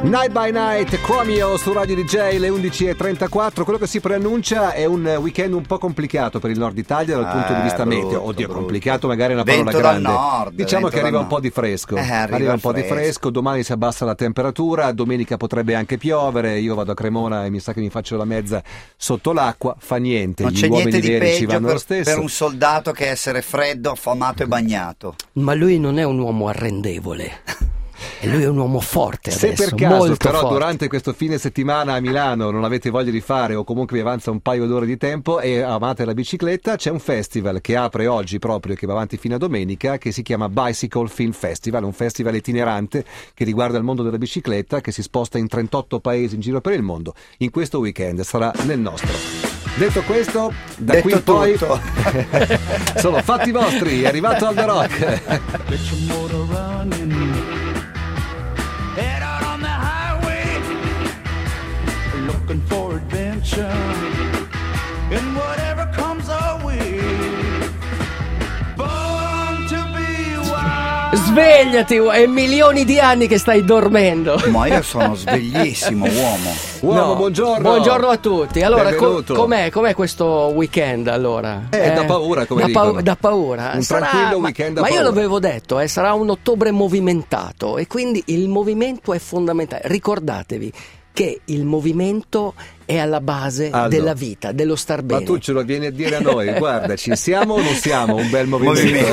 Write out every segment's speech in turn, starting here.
Night by Night, Chromio su Radio DJ, le 11.34. Quello che si preannuncia è un weekend un po' complicato per il nord Italia dal punto di vista meteo. Oddio, brutto. Complicato magari è una parola vento grande. Dal nord, diciamo che arriva un po' di fresco. Arriva un po' di fresco, domani si abbassa la temperatura, domenica potrebbe anche piovere. Io vado a Cremona e mi sa che mi faccio la mezza sotto l'acqua, fa niente. Non Gli c'è uomini niente di veri ci vanno peggio lo stesso. per un soldato che essere freddo, affamato e bagnato. Ma lui non è un uomo arrendevole. E lui è un uomo forte adesso, se per caso molto però forte. Durante questo fine settimana a Milano non avete voglia di fare o comunque vi avanza un paio d'ore di tempo e amate la bicicletta, c'è un festival che apre oggi proprio, che va avanti fino a domenica, che si chiama Bicycle Film Festival, un festival itinerante che riguarda il mondo della bicicletta, che si sposta in 38 paesi in giro per il mondo. In questo weekend sarà nel nostro. Detto questo, da qui in poi sono fatti vostri, è arrivato Aldo Rock. Head out on the highway, looking for adventure, and whatever comes our way, born to be wild. Svegliati, è milioni di anni che stai dormendo. Ma io sono sveglissimo, uomo. Uomo, buongiorno. Buongiorno a tutti. Allora, Benvenuto. com'è questo weekend allora? Da paura, come dicono. Da paura. Un tranquillo weekend da ma paura. io l'avevo detto, sarà un ottobre movimentato e quindi il movimento è fondamentale. Ricordatevi che il movimento è alla base della vita, dello star bene. Ma tu ce lo vieni a dire a noi, guardaci, siamo o non siamo un bel movimento?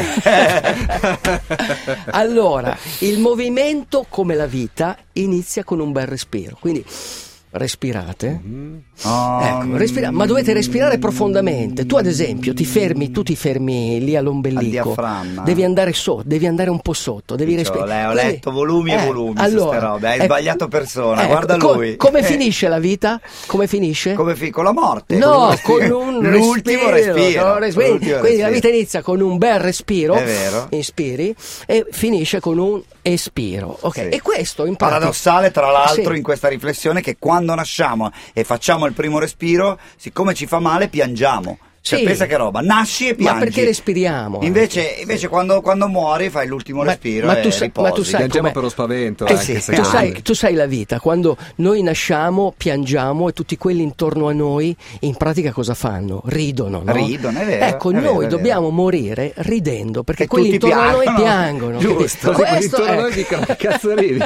Allora, il movimento, come la vita, inizia con un bel respiro, quindi respirate. Ecco, ma dovete respirare profondamente. Tu ad esempio ti fermi lì all'ombelico, al diaframma. devi andare devi andare un po' sotto, devi respirare. Ho letto volumi e volumi su ste robe. Hai sbagliato persona, guarda lui. Come finisce la vita? Come finisce? Con la morte. No, con un l'ultimo respiro. Quindi la vita inizia con un bel respiro, è vero, inspiri, e finisce con un espiro. Ok, sì. E questo in pratica, paradossale tra l'altro, sì, in questa riflessione, che quando nasciamo e facciamo il primo respiro, siccome ci fa male piangiamo. Cioè, pensa che roba, nasci e piangi. Ma perché respiriamo? Invece quando muori fai l'ultimo respiro ma e tu sai, riposi. ma tu sai piangiamo per lo spavento. Tu sai la vita, quando noi nasciamo piangiamo e tutti quelli intorno a noi in pratica cosa fanno? Ridono, no? Ridono, è vero. Ecco, noi dobbiamo morire ridendo, perché e quelli intorno a noi piangono. Giusto. Questo a noi dicono cazzo ridi.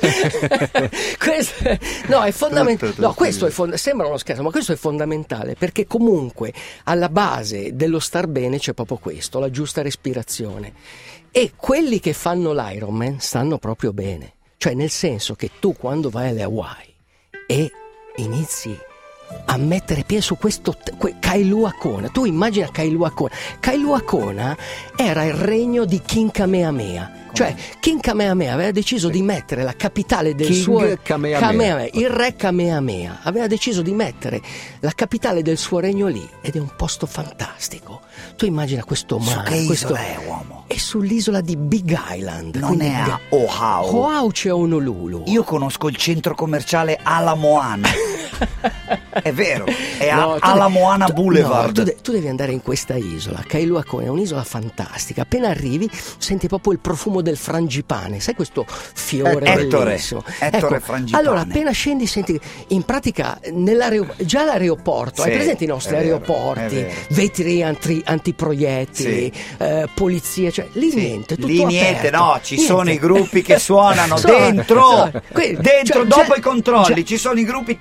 No, è fondamentale. No, questo sembra uno scherzo, ma questo è fondamentale, perché comunque alla base dello star bene c'è proprio questo, la giusta respirazione. E quelli che fanno l'Ironman stanno proprio bene, cioè nel senso che tu quando vai alle Hawaii e inizi a mettere piede su questo Kailua Kona, tu immagina Kailua Kona. Kailua Kona era il regno di King Kamehameha. Cioè King Kamehameha aveva deciso di mettere la capitale del Kamehameha. Il re Kamehameha aveva deciso di mettere la capitale del suo regno lì, ed è un posto fantastico. Tu immagina questo mare. Su che isola è, uomo? È sull'isola di Big Island. Non è a Oahu. Oahu c'è Honolulu. Io conosco il centro commerciale Ala Moana. È vero, è Ala Moana Boulevard. No, tu devi andare in questa isola. Kailua Kona è un'isola fantastica. Appena arrivi senti proprio il profumo del frangipane, sai questo fiore bellissimo. Ettore frangipane. Allora appena scendi senti, in pratica già l'aeroporto, sì, hai presente i nostri aeroporti, vetri antiproiettili, polizia, cioè lì niente, tutto lì niente, no, ci sono i gruppi che suonano dentro, dopo i controlli ci sono i gruppi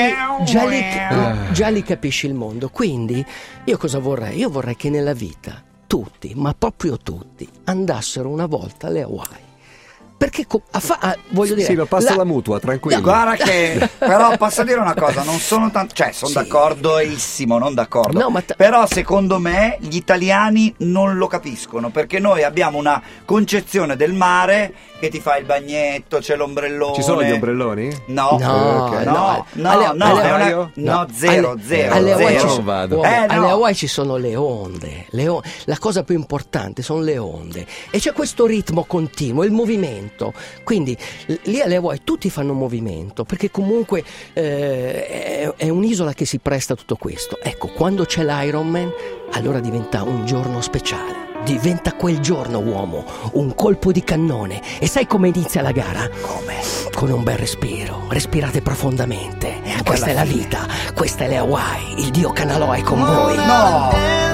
già lì capisci il mondo. Quindi io cosa vorrei? Io vorrei che nella vita tutti, ma proprio tutti, andassero una volta alle Hawaii. Perché voglio dire, sì, lo passa la mutua, tranquillo. Guarda che però posso dire una cosa, non sono tanto, cioè sono d'accordoissimo, non d'accordo. No, però secondo me gli italiani non lo capiscono, perché noi abbiamo una concezione del mare che ti fa il bagnetto, c'è l'ombrellone. Ci sono gli ombrelloni? No, zero. Alle Alle Hawaii ci sono le onde. La cosa più importante sono le onde, e c'è questo ritmo continuo, il movimento. Quindi lì alle Hawaii tutti fanno movimento, perché comunque è un'isola che si presta a tutto questo. Ecco, quando c'è l'Ironman allora diventa un giorno speciale. diventa quel giorno, uomo, un colpo di cannone. E sai come inizia la gara? Come? Con un bel respiro. Respirate profondamente. Questa è la vita, questa è le Hawaii. Il dio Kanaloa è con voi. No!